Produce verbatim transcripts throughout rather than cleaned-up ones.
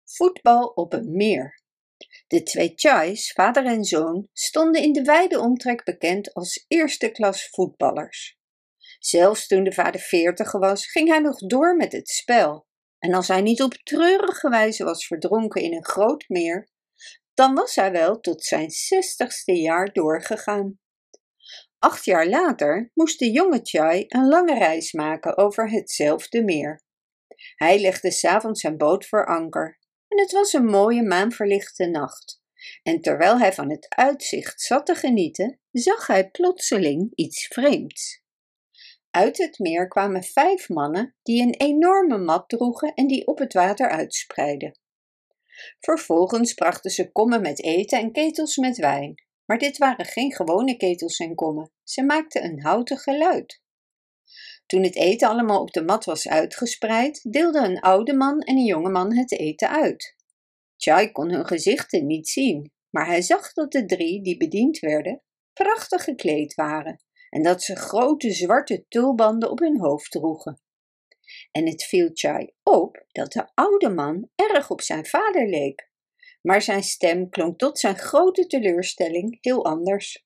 Voetbal op een meer. De twee Chais, vader en zoon, stonden in de wijde omtrek bekend als eerste klas voetballers. Zelfs toen de vader veertig was, ging hij nog door met het spel. En als hij niet op treurige wijze was verdronken in een groot meer, dan was hij wel tot zijn zestigste jaar doorgegaan. Acht jaar later moest de jonge Chai een lange reis maken over hetzelfde meer. Hij legde 's avonds zijn boot voor anker en het was een mooie maanverlichte nacht. En terwijl hij van het uitzicht zat te genieten, zag hij plotseling iets vreemds. Uit het meer kwamen vijf mannen die een enorme mat droegen en die op het water uitspreidden. Vervolgens brachten ze kommen met eten en ketels met wijn. Maar dit waren geen gewone ketels en kommen, ze maakten een houten geluid. Toen het eten allemaal op de mat was uitgespreid, deelden een oude man en een jonge man het eten uit. Chai kon hun gezichten niet zien, maar hij zag dat de drie die bediend werden, prachtig gekleed waren en dat ze grote zwarte tulbanden op hun hoofd droegen. En het viel Chai op dat de oude man erg op zijn vader leek, maar zijn stem klonk tot zijn grote teleurstelling heel anders.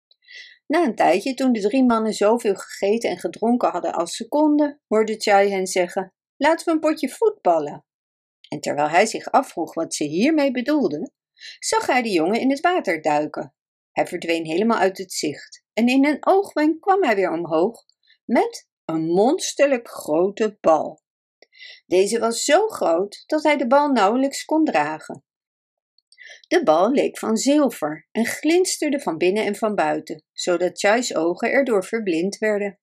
Na een tijdje, toen de drie mannen zoveel gegeten en gedronken hadden als ze konden, hoorde Chai hen zeggen: "Laten we een potje voetballen." En terwijl hij zich afvroeg wat ze hiermee bedoelden, zag hij de jongen in het water duiken. Hij verdween helemaal uit het zicht en in een oogwenk kwam hij weer omhoog met een monsterlijk grote bal. Deze was zo groot dat hij de bal nauwelijks kon dragen. De bal leek van zilver en glinsterde van binnen en van buiten, zodat Chai's ogen erdoor verblind werden.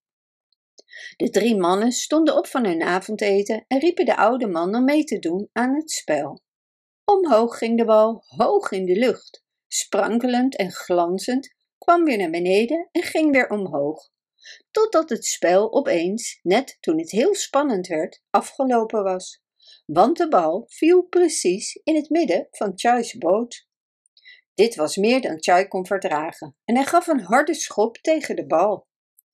De drie mannen stonden op van hun avondeten en riepen de oude man om mee te doen aan het spel. Omhoog ging de bal, hoog in de lucht, sprankelend en glanzend, kwam weer naar beneden en ging weer omhoog, totdat het spel opeens, net toen het heel spannend werd, afgelopen was. Want de bal viel precies in het midden van Chai's boot. Dit was meer dan Chai kon verdragen en hij gaf een harde schop tegen de bal.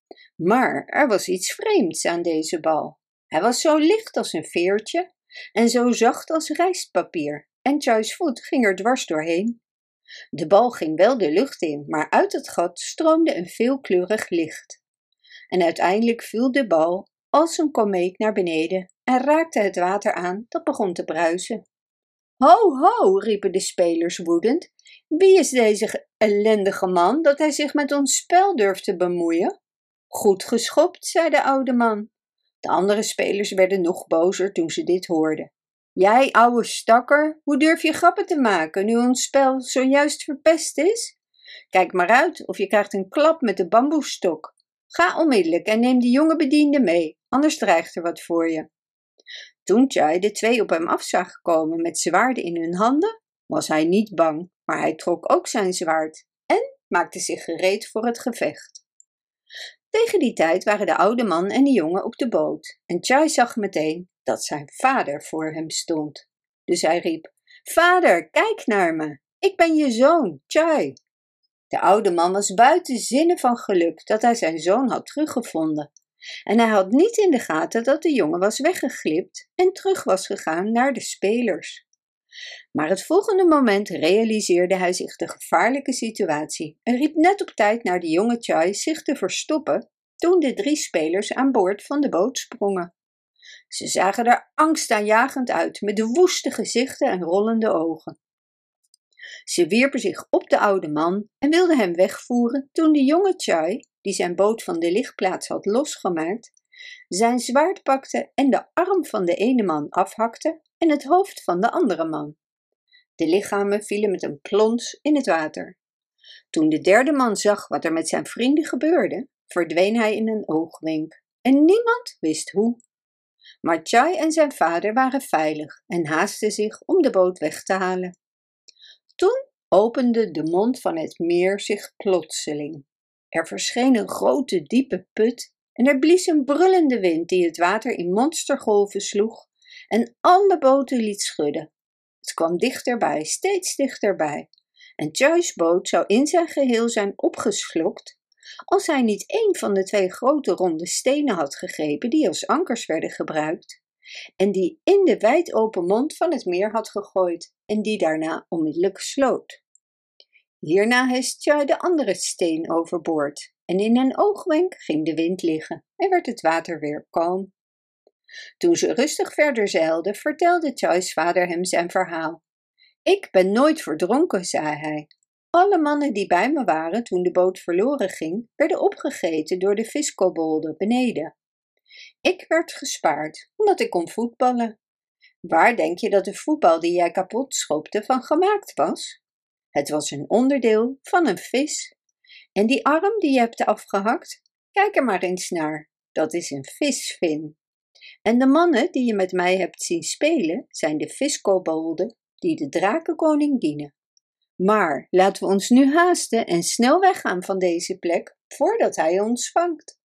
Maar er was iets vreemds aan deze bal. Hij was zo licht als een veertje en zo zacht als rijstpapier en Chai's voet ging er dwars doorheen. De bal ging wel de lucht in, maar uit het gat stroomde een veelkleurig licht. En uiteindelijk viel de bal als een komeet naar beneden en raakte het water aan dat begon te bruisen. "Ho, ho," riepen de spelers woedend. "Wie is deze ellendige man dat hij zich met ons spel durft te bemoeien?" "Goed geschopt," zei de oude man. De andere spelers werden nog bozer toen ze dit hoorden. "Jij ouwe stakker, hoe durf je grappen te maken nu ons spel zojuist verpest is? Kijk maar uit of je krijgt een klap met de bamboestok. Ga onmiddellijk en neem die jonge bediende mee, anders dreigt er wat voor je." Toen Chai de twee op hem af zag komen met zwaarden in hun handen, was hij niet bang, maar hij trok ook zijn zwaard en maakte zich gereed voor het gevecht. Tegen die tijd waren de oude man en de jongen op de boot en Chai zag meteen dat zijn vader voor hem stond. Dus hij riep: "Vader, kijk naar me, ik ben je zoon, Chai." De oude man was buiten zinnen van geluk dat hij zijn zoon had teruggevonden. En hij had niet in de gaten dat de jongen was weggeglipt en terug was gegaan naar de spelers. Maar het volgende moment realiseerde hij zich de gevaarlijke situatie en riep net op tijd naar de jonge Chai zich te verstoppen toen de drie spelers aan boord van de boot sprongen. Ze zagen er angstaanjagend uit met de woeste gezichten en rollende ogen. Ze wierpen zich op de oude man en wilden hem wegvoeren toen de jonge Chai, die zijn boot van de ligplaats had losgemaakt, zijn zwaard pakte en de arm van de ene man afhakte en het hoofd van de andere man. De lichamen vielen met een plons in het water. Toen de derde man zag wat er met zijn vrienden gebeurde, verdween hij in een oogwenk en niemand wist hoe. Maar Chai en zijn vader waren veilig en haastten zich om de boot weg te halen. Toen opende de mond van het meer zich plotseling. Er verscheen een grote diepe put en er blies een brullende wind die het water in monstergolven sloeg en alle boten liet schudden. Het kwam dichterbij, steeds dichterbij, en Chai's boot zou in zijn geheel zijn opgeslokt als hij niet een van de twee grote ronde stenen had gegrepen die als ankers werden gebruikt en die in de wijd open mond van het meer had gegooid en die daarna onmiddellijk sloot. Hierna hest Tjai de andere steen overboord en in een oogwenk ging de wind liggen en werd het water weer kalm. Toen ze rustig verder zeilden, vertelde Tjai's vader hem zijn verhaal. Ik ben nooit verdronken, zei hij. Alle mannen die bij me waren toen de boot verloren ging, werden opgegeten door de viskobolden beneden. Ik werd gespaard, omdat ik kon voetballen. Waar denk je dat de voetbal die jij kapot schopte van gemaakt was? Het was een onderdeel van een vis. En die arm die je hebt afgehakt, kijk er maar eens naar. Dat is een visvin. En de mannen die je met mij hebt zien spelen, zijn de viskobolden die de drakenkoning dienen. Maar laten we ons nu haasten en snel weggaan van deze plek, voordat hij ons vangt.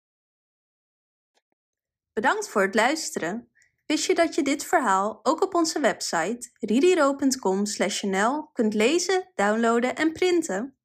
Bedankt voor het luisteren. Wist je dat je dit verhaal ook op onze website ririro punt com slash n l kunt lezen, downloaden en printen?